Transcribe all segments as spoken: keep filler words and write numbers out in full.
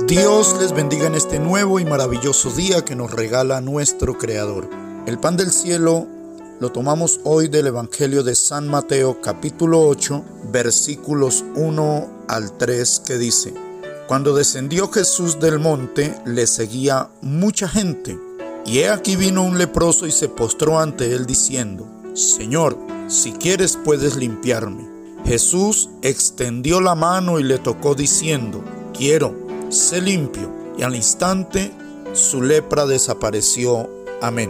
Dios les bendiga en este nuevo y maravilloso día que nos regala nuestro Creador. El pan del cielo lo tomamos hoy del Evangelio de San Mateo, capítulo ocho, versículos uno al tres, que dice: Cuando descendió Jesús del monte, le seguía mucha gente. Y he aquí vino un leproso y se postró ante él diciendo: Señor, si quieres puedes limpiarme. Jesús extendió la mano y le tocó diciendo: Quiero, sé limpio. Y al instante su lepra desapareció. Amén.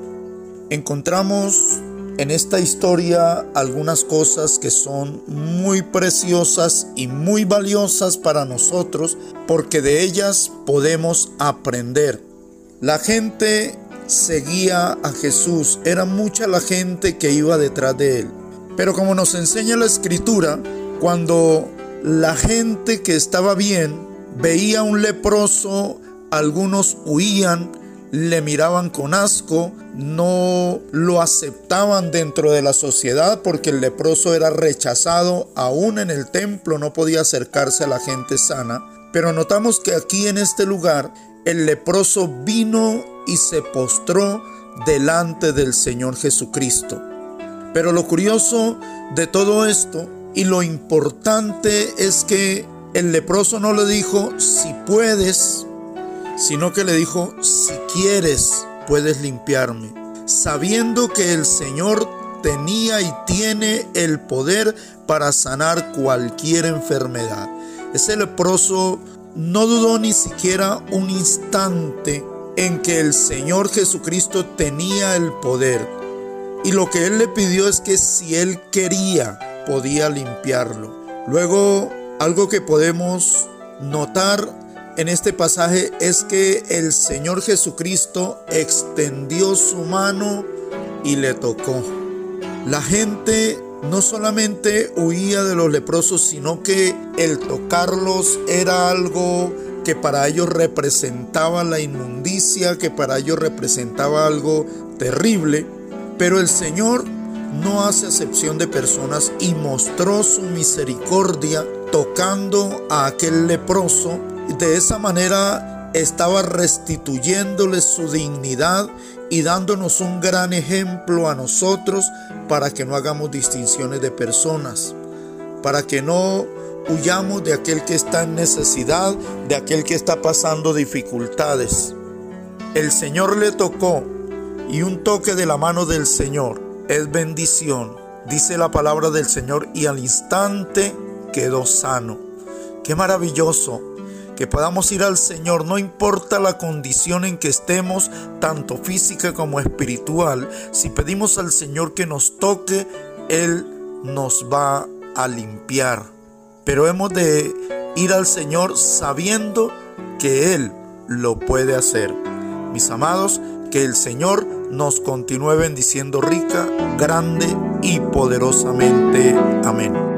Encontramos en esta historia algunas cosas que son muy preciosas y muy valiosas para nosotros, porque de ellas podemos aprender. La gente seguía a Jesús, era mucha la gente que iba detrás de él. Pero como nos enseña la Escritura, cuando la gente que estaba bien veía a un leproso, algunos huían, le miraban con asco, no lo aceptaban dentro de la sociedad porque el leproso era rechazado. Aún en el templo no podía acercarse a la gente sana. Pero notamos que aquí en este lugar el leproso vino y se postró delante del Señor Jesucristo. Pero lo curioso de todo esto y lo importante es que el leproso no le dijo si puedes, sino que le dijo: si quieres puedes limpiarme, sabiendo que el Señor tenía y tiene el poder para sanar cualquier enfermedad. Ese leproso no dudó ni siquiera un instante en que el Señor Jesucristo tenía el poder, y lo que él le pidió es que si él quería podía limpiarlo. Luego, algo que podemos notar en este pasaje es que el Señor Jesucristo extendió su mano y le tocó. La gente no solamente huía de los leprosos, sino que el tocarlos era algo que para ellos representaba la inmundicia, que para ellos representaba algo terrible. Pero el Señor no hace acepción de personas y mostró su misericordia tocando a aquel leproso. De esa manera estaba restituyéndole su dignidad y dándonos un gran ejemplo a nosotros para que no hagamos distinciones de personas, para que no huyamos de aquel que está en necesidad, de aquel que está pasando dificultades. El Señor le tocó, y un toque de la mano del Señor es bendición. Dice la palabra del Señor: y al instante quedó sano. Qué maravilloso que podamos ir al Señor, no importa la condición en que estemos, tanto física como espiritual. Si pedimos al Señor que nos toque, Él nos va a limpiar. Pero hemos de ir al Señor sabiendo que Él lo puede hacer. Mis amados, que el Señor nos continúe bendiciendo rica, grande y poderosamente. Amén.